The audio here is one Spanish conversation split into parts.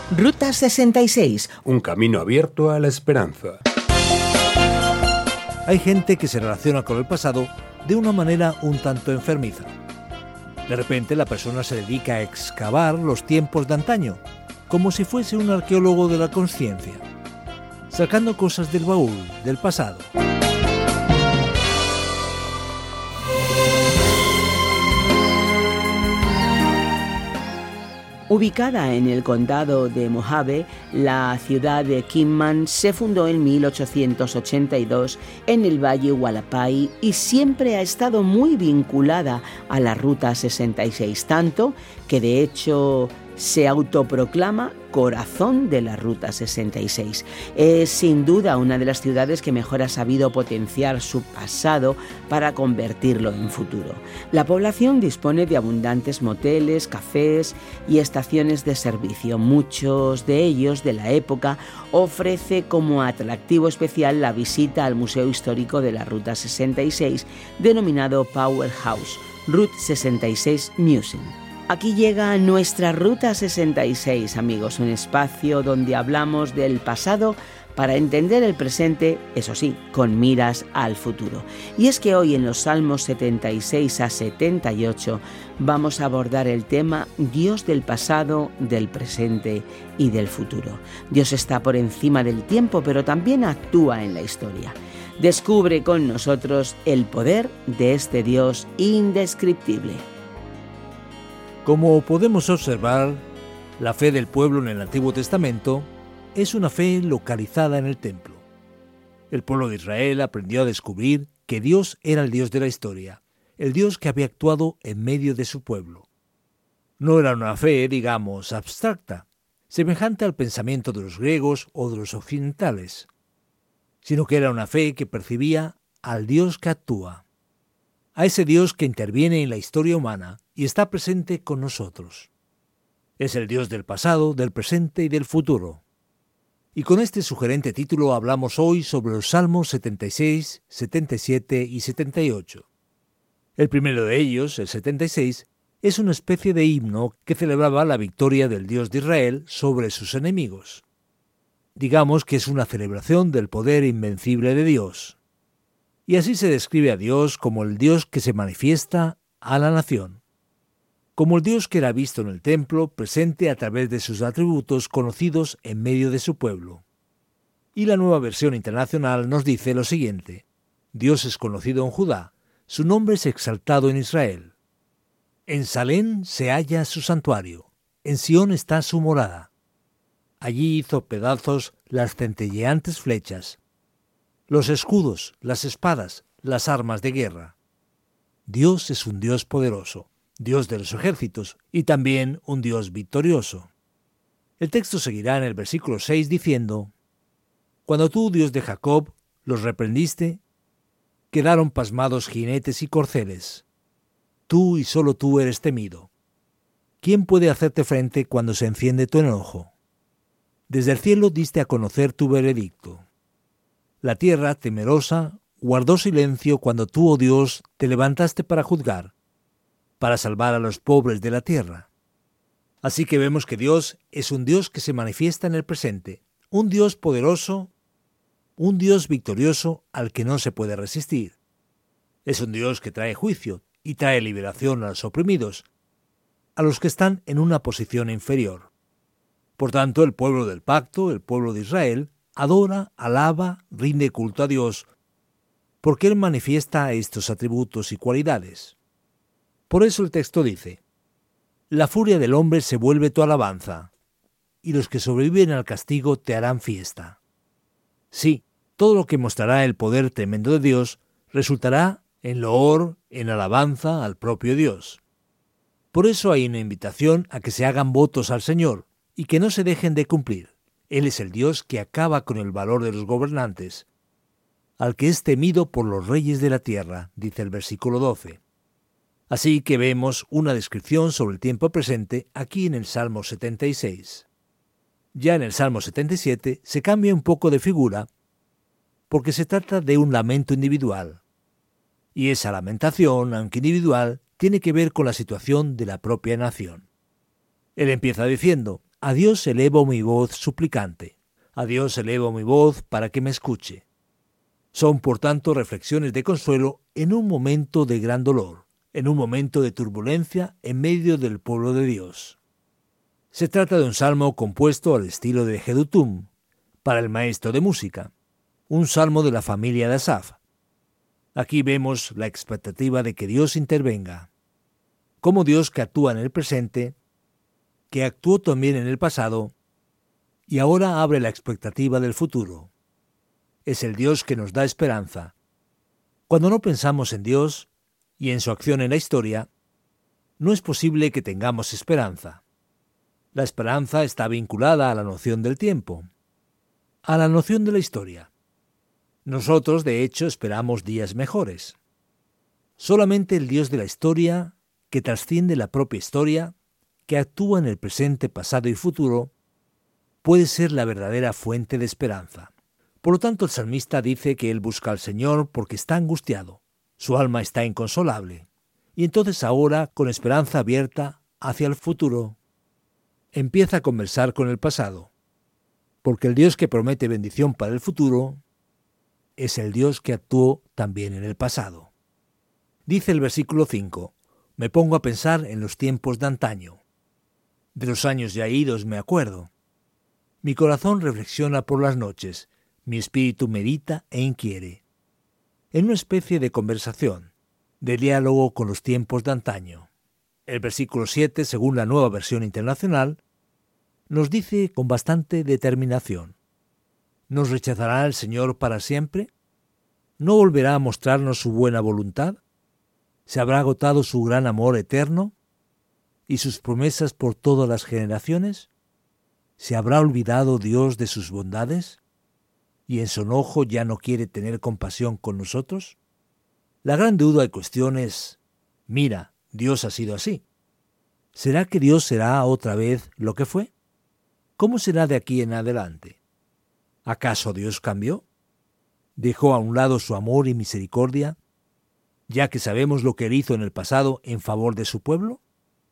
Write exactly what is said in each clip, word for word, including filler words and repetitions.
Ruta sesenta y seis. Un camino abierto a la esperanza. Hay gente que se relaciona con el pasado de una manera un tanto enfermiza. De repente la persona se dedica a excavar los tiempos de antaño, como si fuese un arqueólogo de la conciencia, sacando cosas del baúl del pasado. Ubicada en el condado de Mojave, la ciudad de Kingman se fundó en mil ochocientos ochenta y dos en el Valle Hualapai y siempre ha estado muy vinculada a la Ruta sesenta y seis, tanto que de hecho se autoproclama corazón de la Ruta sesenta y seis. Es sin duda una de las ciudades que mejor ha sabido potenciar su pasado para convertirlo en futuro. La población dispone de abundantes moteles, cafés y estaciones de servicio. Muchos de ellos de la época ofrece como atractivo especial la visita al Museo Histórico de la Ruta sesenta y seis, denominado Powerhouse, Route sesenta y seis Museum. Aquí llega nuestra Ruta sesenta y seis, amigos, un espacio donde hablamos del pasado para entender el presente, eso sí, con miras al futuro. Y es que hoy en los Salmos setenta y seis a setenta y ocho vamos a abordar el tema Dios del pasado, del presente y del futuro. Dios está por encima del tiempo, pero también actúa en la historia. Descubre con nosotros el poder de este Dios indescriptible. Como podemos observar, la fe del pueblo en el Antiguo Testamento es una fe localizada en el templo. El pueblo de Israel aprendió a descubrir que Dios era el Dios de la historia, el Dios que había actuado en medio de su pueblo. No era una fe, digamos, abstracta, semejante al pensamiento de los griegos o de los occidentales, sino que era una fe que percibía al Dios que actúa, a ese Dios que interviene en la historia humana y está presente con nosotros. Es el Dios del pasado, del presente y del futuro. Y con este sugerente título hablamos hoy sobre los Salmos setenta y seis, setenta y siete y setenta y ocho. El primero de ellos, el setenta y seis, es una especie de himno que celebraba la victoria del Dios de Israel sobre sus enemigos. Digamos que es una celebración del poder invencible de Dios. Y así se describe a Dios como el Dios que se manifiesta a la nación, como el Dios que era visto en el templo, presente a través de sus atributos conocidos en medio de su pueblo. Y la Nueva Versión Internacional nos dice lo siguiente: Dios es conocido en Judá, su nombre es exaltado en Israel. En Salem se halla su santuario, en Sión está su morada. Allí hizo pedazos las centelleantes flechas, los escudos, las espadas, las armas de guerra. Dios es un Dios poderoso, Dios de los ejércitos y también un Dios victorioso. El texto seguirá en el versículo seis diciendo: Cuando tú, Dios de Jacob, los reprendiste, quedaron pasmados jinetes y corceles. Tú y solo tú eres temido. ¿Quién puede hacerte frente cuando se enciende tu enojo? Desde el cielo diste a conocer tu veredicto. La tierra, temerosa, guardó silencio cuando tú, oh Dios, te levantaste para juzgar, para salvar a los pobres de la tierra. Así que vemos que Dios es un Dios que se manifiesta en el presente, un Dios poderoso, un Dios victorioso al que no se puede resistir. Es un Dios que trae juicio y trae liberación a los oprimidos, a los que están en una posición inferior. Por tanto, el pueblo del pacto, el pueblo de Israel, adora, alaba, rinde culto a Dios, porque Él manifiesta estos atributos y cualidades. Por eso el texto dice: La furia del hombre se vuelve tu alabanza, y los que sobreviven al castigo te harán fiesta. Sí, todo lo que mostrará el poder tremendo de Dios resultará en loor, en alabanza al propio Dios. Por eso hay una invitación a que se hagan votos al Señor y que no se dejen de cumplir. Él es el Dios que acaba con el valor de los gobernantes, al que es temido por los reyes de la tierra, dice el versículo doce. Así que vemos una descripción sobre el tiempo presente aquí en el Salmo setenta y seis. Ya en el Salmo setenta y siete se cambia un poco de figura, porque se trata de un lamento individual. Y esa lamentación, aunque individual, tiene que ver con la situación de la propia nación. Él empieza diciendo: A Dios elevo mi voz suplicante. A Dios elevo mi voz para que me escuche. Son, por tanto, reflexiones de consuelo en un momento de gran dolor, en un momento de turbulencia en medio del pueblo de Dios. Se trata de un salmo compuesto al estilo de Jedutum, para el maestro de música, un salmo de la familia de Asaf. Aquí vemos la expectativa de que Dios intervenga, como Dios que actúa en el presente, que actuó también en el pasado, y ahora abre la expectativa del futuro. Es el Dios que nos da esperanza. Cuando no pensamos en Dios y en su acción en la historia, no es posible que tengamos esperanza. La esperanza está vinculada a la noción del tiempo, a la noción de la historia. Nosotros, de hecho, esperamos días mejores. Solamente el Dios de la historia, que trasciende la propia historia, que actúa en el presente, pasado y futuro, puede ser la verdadera fuente de esperanza. Por lo tanto, el salmista dice que él busca al Señor porque está angustiado, su alma está inconsolable, y entonces ahora, con esperanza abierta hacia el futuro, empieza a conversar con el pasado, porque el Dios que promete bendición para el futuro es el Dios que actuó también en el pasado. Dice el versículo cinco, me pongo a pensar en los tiempos de antaño. De los años ya idos me acuerdo. Mi corazón reflexiona por las noches, mi espíritu medita e inquiere. En una especie de conversación, de diálogo con los tiempos de antaño. El versículo siete, según la Nueva Versión Internacional, nos dice con bastante determinación, ¿nos rechazará el Señor para siempre? ¿No volverá a mostrarnos su buena voluntad? ¿Se habrá agotado su gran amor eterno y sus promesas por todas las generaciones? ¿Se habrá olvidado Dios de sus bondades y en su enojo ya no quiere tener compasión con nosotros? La gran duda y cuestión es, mira, Dios ha sido así. ¿Será que Dios será otra vez lo que fue? ¿Cómo será de aquí en adelante? ¿Acaso Dios cambió? ¿Dejó a un lado su amor y misericordia, ya que sabemos lo que él hizo en el pasado en favor de su pueblo?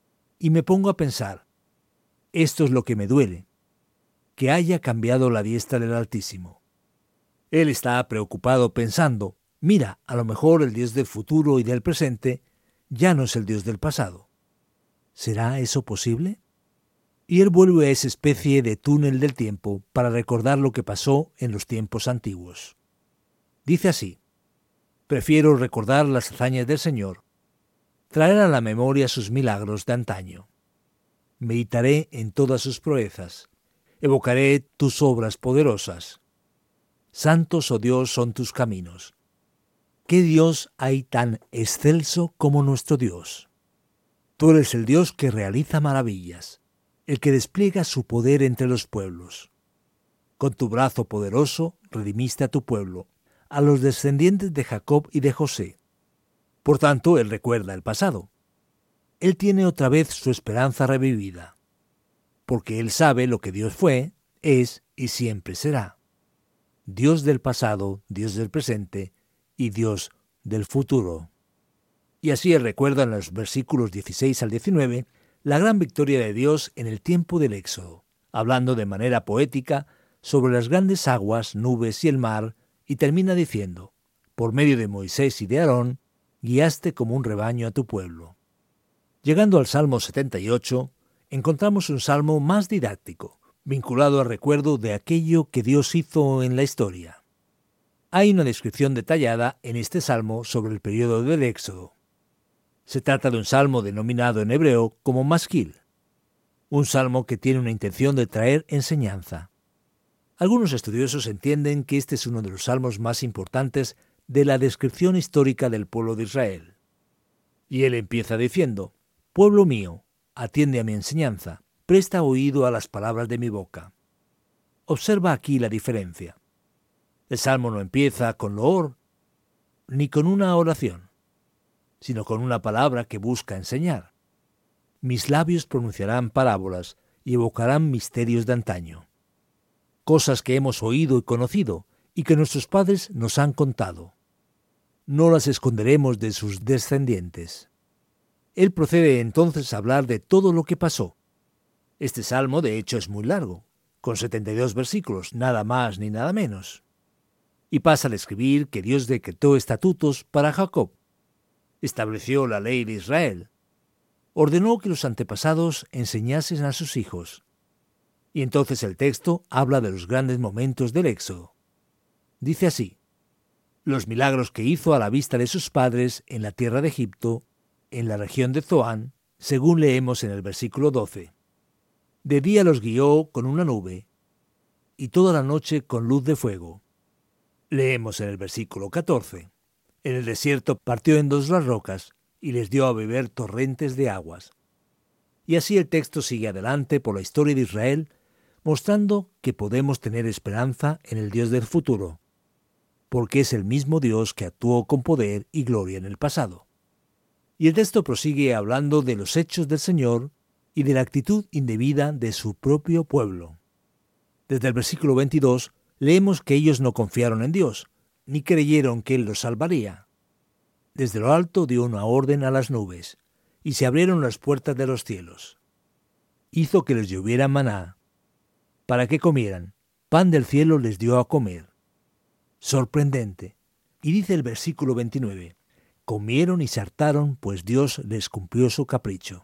Y me pongo a pensar, esto es lo que me duele, que haya cambiado la diestra del Altísimo. Él está preocupado pensando, mira, a lo mejor el Dios del futuro y del presente ya no es el Dios del pasado. ¿Será eso posible? Y él vuelve a esa especie de túnel del tiempo para recordar lo que pasó en los tiempos antiguos. Dice así, prefiero recordar las hazañas del Señor, traer a la memoria sus milagros de antaño. Meditaré en todas sus proezas, evocaré tus obras poderosas. Santos, oh Dios, son tus caminos. ¿Qué Dios hay tan excelso como nuestro Dios? Tú eres el Dios que realiza maravillas, el que despliega su poder entre los pueblos. Con tu brazo poderoso redimiste a tu pueblo, a los descendientes de Jacob y de José. Por tanto, él recuerda el pasado. Él tiene otra vez su esperanza revivida, porque él sabe lo que Dios fue, es y siempre será. Dios del pasado, Dios del presente y Dios del futuro. Y así él recuerda en los versículos dieciséis al diecinueve la gran victoria de Dios en el tiempo del Éxodo, hablando de manera poética sobre las grandes aguas, nubes y el mar, y termina diciendo, por medio de Moisés y de Aarón, guiaste como un rebaño a tu pueblo. Llegando al Salmo setenta y ocho, encontramos un salmo más didáctico, vinculado al recuerdo de aquello que Dios hizo en la historia. Hay una descripción detallada en este salmo sobre el periodo del Éxodo. Se trata de un salmo denominado en hebreo como masquil, un salmo que tiene una intención de traer enseñanza. Algunos estudiosos entienden que este es uno de los salmos más importantes de la descripción histórica del pueblo de Israel. Y él empieza diciendo, «Pueblo mío, atiende a mi enseñanza, presta oído a las palabras de mi boca». Observa aquí la diferencia. El salmo no empieza con loor ni con una oración, sino con una palabra que busca enseñar. Mis labios pronunciarán parábolas y evocarán misterios de antaño. Cosas que hemos oído y conocido y que nuestros padres nos han contado. No las esconderemos de sus descendientes. Él procede entonces a hablar de todo lo que pasó. Este salmo, de hecho, es muy largo, con setenta y dos versículos, nada más ni nada menos. Y pasa a describir que Dios decretó estatutos para Jacob, estableció la ley de Israel, ordenó que los antepasados enseñasen a sus hijos. Y entonces el texto habla de los grandes momentos del Éxodo. Dice así: los milagros que hizo a la vista de sus padres en la tierra de Egipto, en la región de Zoán, según leemos en el versículo doce. De día los guió con una nube, y toda la noche con luz de fuego. Leemos en el versículo catorce. En el desierto partió en dos las rocas, y les dio a beber torrentes de aguas. Y así el texto sigue adelante por la historia de Israel, mostrando que podemos tener esperanza en el Dios del futuro, porque es el mismo Dios que actuó con poder y gloria en el pasado. Y el texto prosigue hablando de los hechos del Señor y de la actitud indebida de su propio pueblo. Desde el versículo veintidós leemos que ellos no confiaron en Dios, ni creyeron que Él los salvaría. Desde lo alto dio una orden a las nubes, y se abrieron las puertas de los cielos. Hizo que les lloviera maná, para que comieran. Pan del cielo les dio a comer. Sorprendente. Y dice el versículo veintinueve, comieron y se hartaron, pues Dios les cumplió su capricho.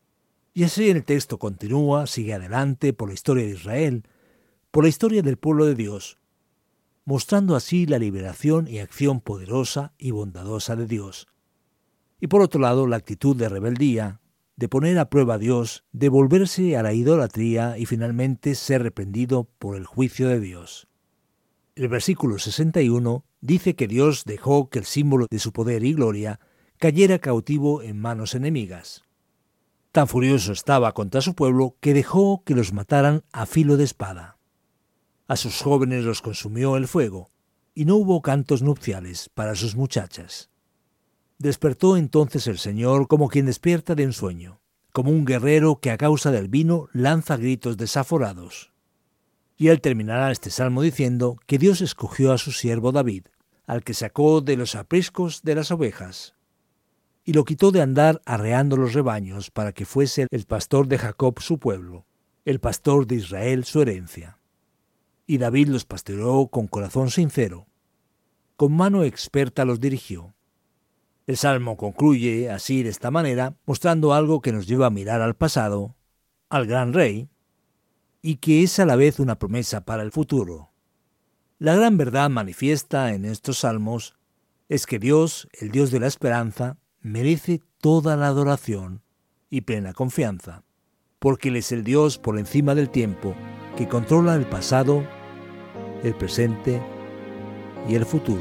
Y así el texto continúa, sigue adelante por la historia de Israel, por la historia del pueblo de Dios, mostrando así la liberación y acción poderosa y bondadosa de Dios. Y por otro lado, la actitud de rebeldía, de poner a prueba a Dios, de volverse a la idolatría y finalmente ser reprendido por el juicio de Dios. El versículo sesenta y uno dice que Dios dejó que el símbolo de su poder y gloria cayera cautivo en manos enemigas. Tan furioso estaba contra su pueblo que dejó que los mataran a filo de espada. A sus jóvenes los consumió el fuego, y no hubo cantos nupciales para sus muchachas. Despertó entonces el Señor como quien despierta de un sueño, como un guerrero que a causa del vino lanza gritos desaforados. Y él terminará este salmo diciendo que Dios escogió a su siervo David, al que sacó de los apriscos de las ovejas, y lo quitó de andar arreando los rebaños para que fuese el pastor de Jacob su pueblo, el pastor de Israel su herencia. Y David los pastoreó con corazón sincero, con mano experta los dirigió. El salmo concluye así de esta manera, mostrando algo que nos lleva a mirar al pasado, al gran rey, y que es a la vez una promesa para el futuro. La gran verdad manifiesta en estos salmos es que Dios, el Dios de la esperanza, merece toda la adoración y plena confianza, porque Él es el Dios por encima del tiempo, que controla el pasado, el presente y el futuro.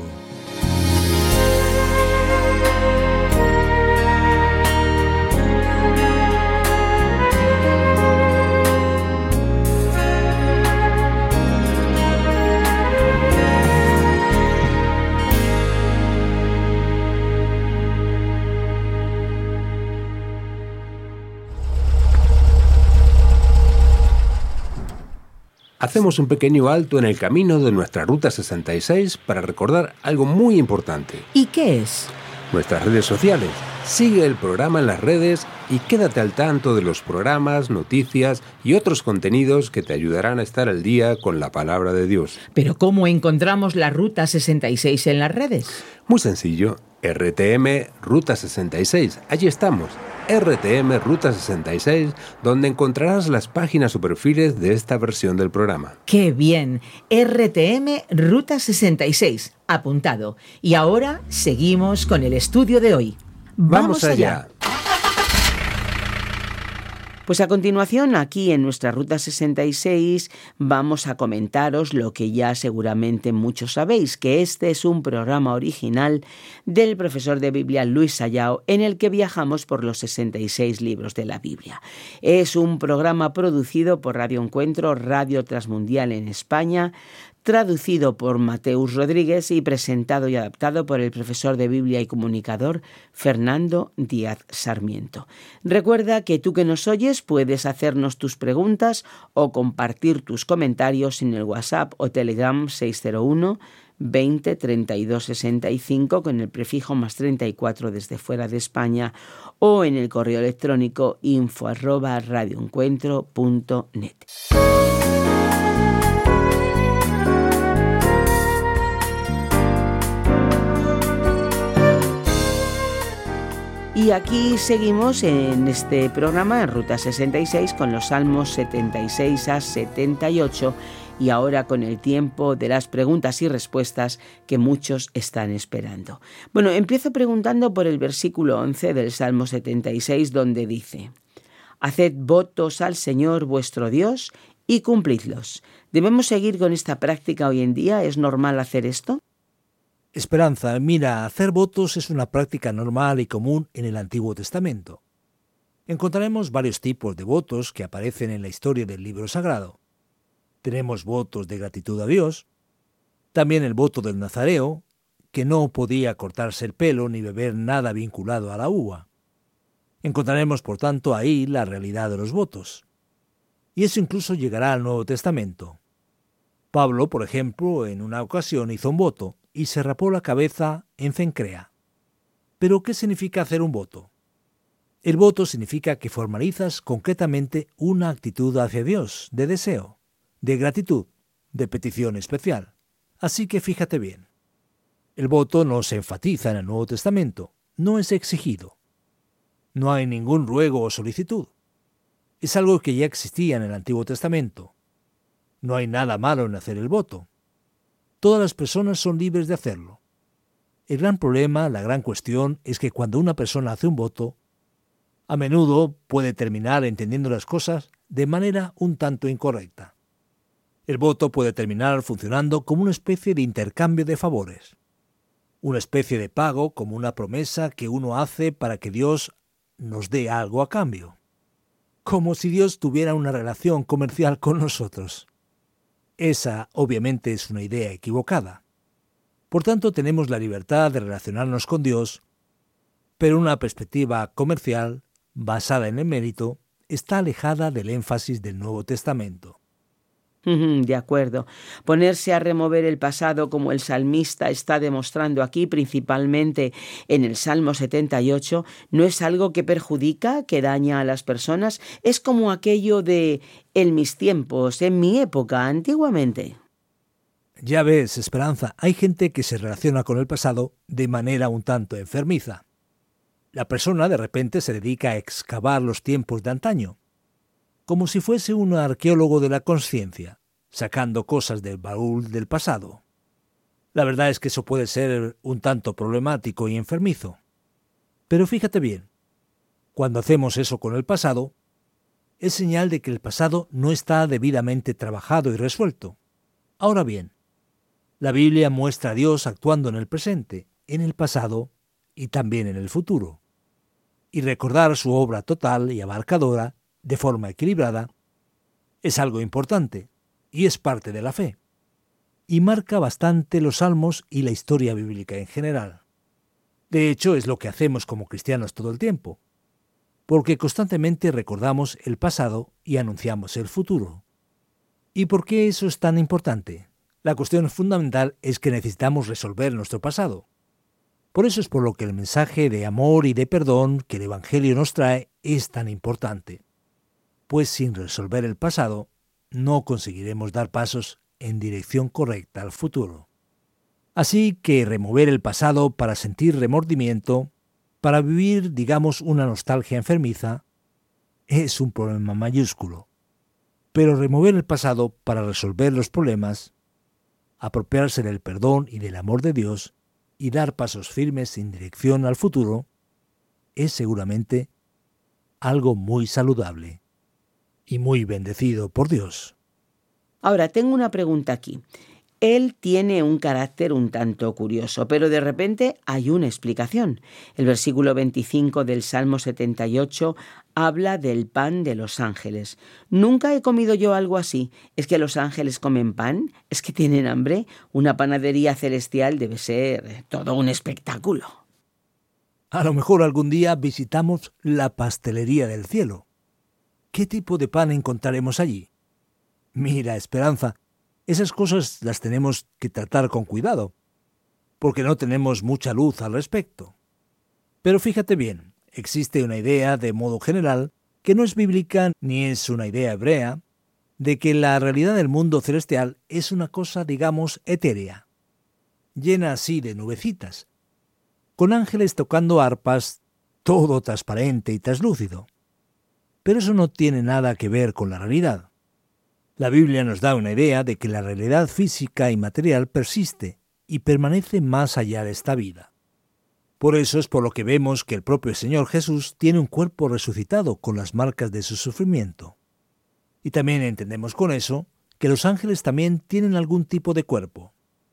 Hacemos un pequeño alto en el camino de nuestra Ruta sesenta y seis para recordar algo muy importante. ¿Y qué es? Nuestras redes sociales. Sigue el programa en las redes y quédate al tanto de los programas, noticias y otros contenidos que te ayudarán a estar al día con la palabra de Dios. ¿Pero cómo encontramos la Ruta sesenta y seis en las redes? Muy sencillo. R T M Ruta sesenta y seis. Allí estamos. R T M Ruta sesenta y seis, donde encontrarás las páginas o perfiles de esta versión del programa. ¡Qué bien! R T M Ruta sesenta y seis, apuntado. Y ahora seguimos con el estudio de hoy. ¡Vamos, Vamos allá! allá. Pues a continuación, aquí en nuestra Ruta sesenta y seis, vamos a comentaros lo que ya seguramente muchos sabéis, que este es un programa original del profesor de Biblia Luis Sayao, en el que viajamos por los sesenta y seis libros de la Biblia. Es un programa producido por Radio Encuentro, Radio Transmundial en España, traducido por Mateus Rodríguez y presentado y adaptado por el profesor de Biblia y comunicador Fernando Díaz Sarmiento. Recuerda que tú que nos oyes puedes hacernos tus preguntas o compartir tus comentarios en el WhatsApp o Telegram seis cero uno, veinte treinta y dos sesenta y cinco con el prefijo más treinta y cuatro desde fuera de España, o en el correo electrónico info arroba radioencuentro punto net. Y aquí seguimos en este programa, en Ruta sesenta y seis, con los Salmos setenta y seis a setenta y ocho, y ahora con el tiempo de las preguntas y respuestas que muchos están esperando. Bueno, empiezo preguntando por el versículo once del Salmo setenta y seis, donde dice: «Haced votos al Señor vuestro Dios y cumplidlos». ¿Debemos seguir con esta práctica hoy en día? ¿Es normal hacer esto? Esperanza, mira, hacer votos es una práctica normal y común en el Antiguo Testamento. Encontraremos varios tipos de votos que aparecen en la historia del libro sagrado. Tenemos votos de gratitud a Dios, también el voto del nazareo, que no podía cortarse el pelo ni beber nada vinculado a la uva. Encontraremos, por tanto, ahí la realidad de los votos. Y eso incluso llegará al Nuevo Testamento. Pablo, por ejemplo, en una ocasión hizo un voto y se rapó la cabeza en Cencrea. ¿Pero qué significa hacer un voto? El voto significa que formalizas concretamente una actitud hacia Dios, de deseo, de gratitud, de petición especial. Así que fíjate bien. El voto no se enfatiza en el Nuevo Testamento, no es exigido. No hay ningún ruego o solicitud. Es algo que ya existía en el Antiguo Testamento. No hay nada malo en hacer el voto. Todas las personas son libres de hacerlo. El gran problema, la gran cuestión, es que cuando una persona hace un voto, a menudo puede terminar entendiendo las cosas de manera un tanto incorrecta. El voto puede terminar funcionando como una especie de intercambio de favores, una especie de pago, como una promesa que uno hace para que Dios nos dé algo a cambio, como si Dios tuviera una relación comercial con nosotros. Esa, obviamente, es una idea equivocada. Por tanto, tenemos la libertad de relacionarnos con Dios, pero una perspectiva comercial, basada en el mérito, está alejada del énfasis del Nuevo Testamento. De acuerdo. Ponerse a remover el pasado, como el salmista está demostrando aquí, principalmente en el Salmo setenta y ocho, no es algo que perjudica, que daña a las personas. Es como aquello de en mis tiempos, en mi época, antiguamente. Ya ves, Esperanza, hay gente que se relaciona con el pasado de manera un tanto enfermiza. La persona de repente se dedica a excavar los tiempos de antaño, como si fuese un arqueólogo de la conciencia, sacando cosas del baúl del pasado. La verdad es que eso puede ser un tanto problemático y enfermizo. Pero fíjate bien, cuando hacemos eso con el pasado, es señal de que el pasado no está debidamente trabajado y resuelto. Ahora bien, la Biblia muestra a Dios actuando en el presente, en el pasado y también en el futuro. Y recordar su obra total y abarcadora de forma equilibrada, es algo importante y es parte de la fe. Y marca bastante los salmos y la historia bíblica en general. De hecho, es lo que hacemos como cristianos todo el tiempo, porque constantemente recordamos el pasado y anunciamos el futuro. ¿Y por qué eso es tan importante? La cuestión fundamental es que necesitamos resolver nuestro pasado. Por eso es por lo que el mensaje de amor y de perdón que el Evangelio nos trae es tan importante. Pues sin resolver el pasado, no conseguiremos dar pasos en dirección correcta al futuro. Así que remover el pasado para sentir remordimiento, para vivir, digamos, una nostalgia enfermiza, es un problema mayúsculo. Pero remover el pasado para resolver los problemas, apropiarse del perdón y del amor de Dios y dar pasos firmes en dirección al futuro, es seguramente algo muy saludable y muy bendecido por Dios. Ahora, tengo una pregunta aquí. Él tiene un carácter un tanto curioso, pero de repente hay una explicación. El versículo veinticinco del Salmo setenta y ocho habla del pan de los ángeles. Nunca he comido yo algo así. ¿Es que los ángeles comen pan? ¿Es que tienen hambre? Una panadería celestial debe ser todo un espectáculo. A lo mejor algún día visitamos la pastelería del cielo. ¿Qué tipo de pan encontraremos allí? Mira, Esperanza, Esas cosas las tenemos que tratar con cuidado, porque no tenemos mucha luz al respecto. Pero fíjate bien, existe una idea de modo general que no es bíblica ni es una idea hebrea, de que la realidad del mundo celestial es una cosa, digamos, etérea, llena así de nubecitas, con ángeles tocando arpas, todo transparente y traslúcido. Pero eso no tiene nada que ver con la realidad. La Biblia nos da una idea de que la realidad física y material persiste y permanece más allá de esta vida. Por eso es por lo que vemos que el propio Señor Jesús tiene un cuerpo resucitado con las marcas de su sufrimiento. Y también entendemos con eso que los ángeles también tienen algún tipo de cuerpo.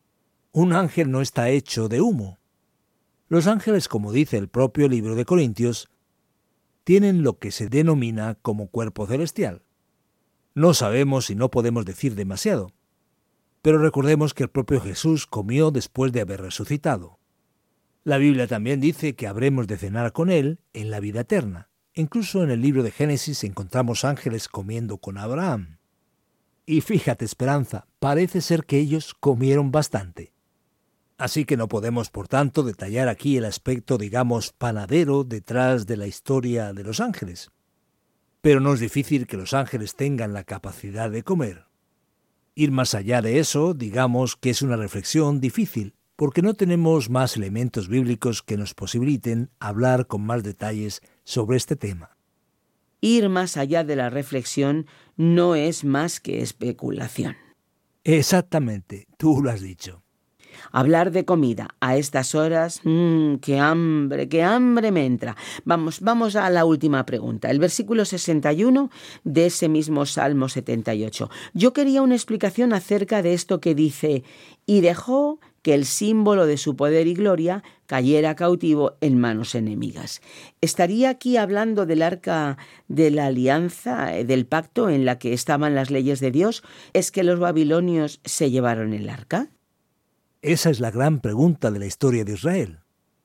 Un ángel no está hecho de humo. Los ángeles, como dice el propio libro de Corintios, tienen lo que se denomina como cuerpo celestial. No sabemos y no podemos decir demasiado, pero recordemos que el propio Jesús comió después de haber resucitado. La Biblia también dice que habremos de cenar con Él en la vida eterna. Incluso en el libro de Génesis encontramos ángeles comiendo con Abraham. Y fíjate, Esperanza, parece ser que ellos comieron bastante. Así que no podemos, por tanto, detallar aquí el aspecto, digamos, panadero detrás de la historia de los ángeles. Pero no es difícil que los ángeles tengan la capacidad de comer. Ir más allá de eso, digamos que es una reflexión difícil, porque no tenemos más elementos bíblicos que nos posibiliten hablar con más detalles sobre este tema. Ir más allá de la reflexión no es más que especulación. Exactamente, tú lo has dicho. Hablar de comida a estas horas, mmm, qué hambre, qué hambre me entra. Vamos, vamos a la última pregunta. El versículo sesenta y uno de ese mismo Salmo setenta y ocho. Yo quería una explicación acerca de esto que dice: y dejó que el símbolo de su poder y gloria cayera cautivo en manos enemigas. ¿Estaría aquí hablando del arca de la alianza, del pacto en la que estaban las leyes de Dios? ¿Es que los babilonios se llevaron el arca? Esa es la gran pregunta de la historia de Israel.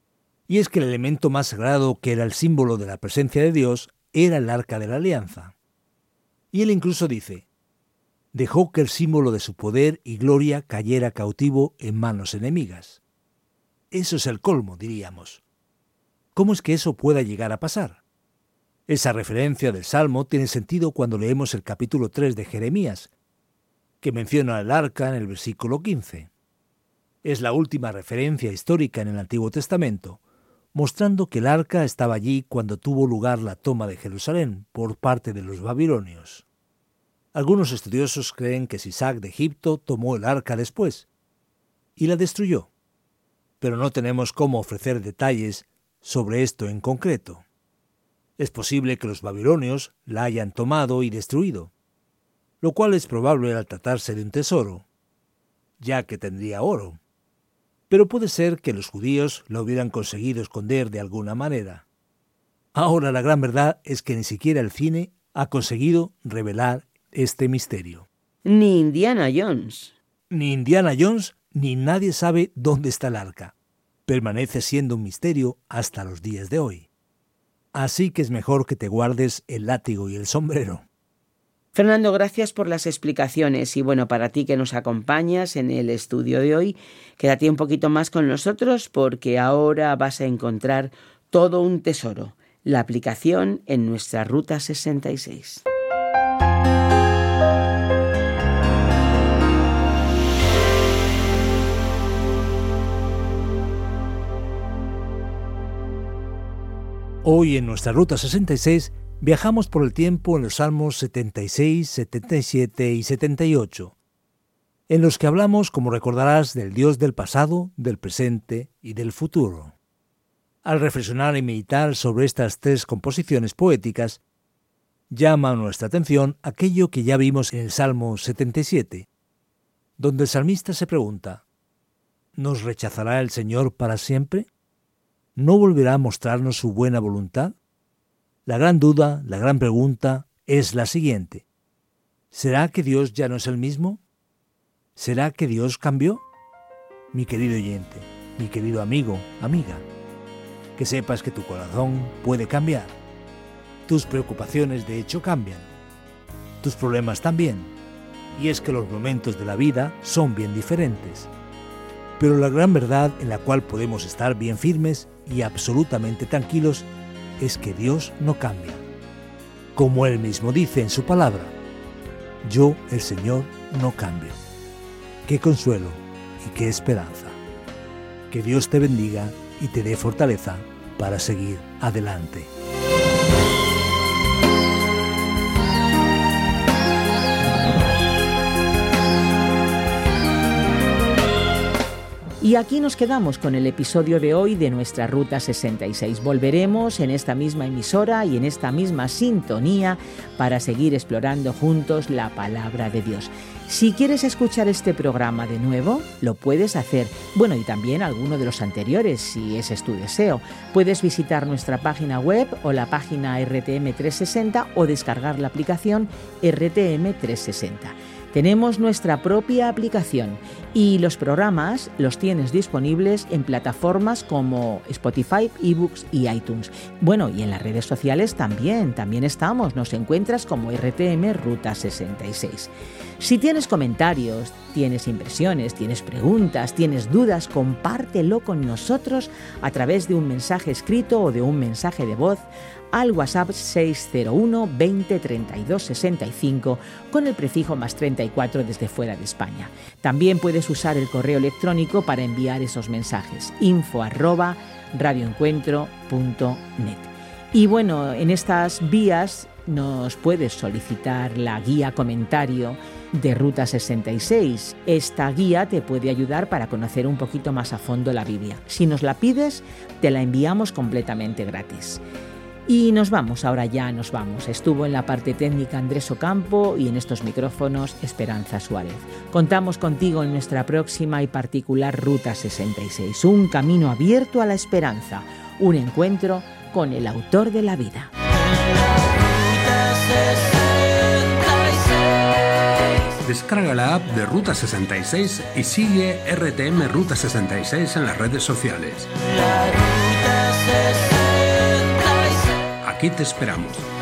Y es que el elemento más sagrado, que era el símbolo de la presencia de Dios, era el arca de la alianza. Y él incluso dice: dejó que el símbolo de su poder y gloria cayera cautivo en manos enemigas. Eso es el colmo, diríamos. ¿Cómo es que eso pueda llegar a pasar? Esa referencia del Salmo tiene sentido cuando leemos el capítulo tres de Jeremías, que menciona el arca en el versículo quince. Es la última referencia histórica en el Antiguo Testamento, mostrando que el arca estaba allí cuando tuvo lugar la toma de Jerusalén por parte de los babilonios. Algunos estudiosos creen que Sisac de Egipto tomó el arca después y la destruyó, pero no tenemos cómo ofrecer detalles sobre esto en concreto. Es posible que los babilonios la hayan tomado y destruido, lo cual es probable al tratarse de un tesoro, ya que tendría oro. Pero puede ser que los judíos la hubieran conseguido esconder de alguna manera. Ahora la gran verdad es que ni siquiera el cine ha conseguido revelar este misterio. Ni Indiana Jones. Ni Indiana Jones ni nadie sabe dónde está el arca. Permanece siendo un misterio hasta los días de hoy. Así que es mejor que te guardes el látigo y el sombrero. Fernando, gracias por las explicaciones y bueno, para ti que nos acompañas en el estudio de hoy, quédate un poquito más con nosotros porque ahora vas a encontrar todo un tesoro, la aplicación en nuestra Ruta sesenta y seis. Hoy en nuestra Ruta sesenta y seis viajamos por el tiempo en los Salmos setenta y seis, setenta y siete y setenta y ocho, en los que hablamos, como recordarás, del Dios del pasado, del presente y del futuro. Al reflexionar y meditar sobre estas tres composiciones poéticas, llama nuestra atención aquello que ya vimos en el Salmo setenta y siete, donde el salmista se pregunta: ¿nos rechazará el Señor para siempre? ¿No volverá a mostrarnos su buena voluntad? La gran duda, la gran pregunta es la siguiente: ¿será que Dios ya no es el mismo? ¿Será que Dios cambió? Mi querido oyente, mi querido amigo, amiga, que sepas que tu corazón puede cambiar. Tus preocupaciones de hecho cambian. Tus problemas también. y es que los momentos de la vida son bien diferentes. Pero la gran verdad en la cual podemos estar bien firmes y absolutamente tranquilos es que Dios no cambia. Como Él mismo dice en su palabra, yo, el Señor, no cambio. Qué consuelo y qué esperanza. Que Dios te bendiga y te dé fortaleza para seguir adelante. Y aquí nos quedamos con el episodio de hoy de nuestra Ruta sesenta y seis. Volveremos en esta misma emisora y en esta misma sintonía para seguir explorando juntos la palabra de Dios. Si quieres escuchar este programa de nuevo, lo puedes hacer. Bueno, y también alguno de los anteriores, si ese es tu deseo. Puedes visitar nuestra página web o la página R T M trescientos sesenta o descargar la aplicación R T M trescientos sesenta. Tenemos nuestra propia aplicación y los programas los tienes disponibles en plataformas como Spotify, eBooks y iTunes. Bueno, y en las redes sociales también, también estamos. Nos encuentras como R T M Ruta sesenta y seis. Si tienes comentarios, tienes impresiones, tienes preguntas, tienes dudas, compártelo con nosotros a través de un mensaje escrito o de un mensaje de voz al WhatsApp seis cero uno veinte treinta y dos sesenta y cinco con el prefijo más treinta y cuatro desde fuera de España. También puedes usar el correo electrónico para enviar esos mensajes, info arroba radioencuentro punto net. Y bueno, en estas vías nos puedes solicitar la guía comentario de Ruta sesenta y seis. Esta guía te puede ayudar para conocer un poquito más a fondo la Biblia. Si nos la pides, te la enviamos completamente gratis. Y nos vamos, ahora ya nos vamos. Estuvo en la parte técnica Andrés Ocampo y en estos micrófonos Esperanza Suárez. Contamos contigo en nuestra próxima y particular Ruta sesenta y seis, un camino abierto a la esperanza, un encuentro con el autor de la vida. Descarga la app de Ruta sesenta y seis y sigue R T M Ruta sesenta y seis en las redes sociales. Aquí te esperamos.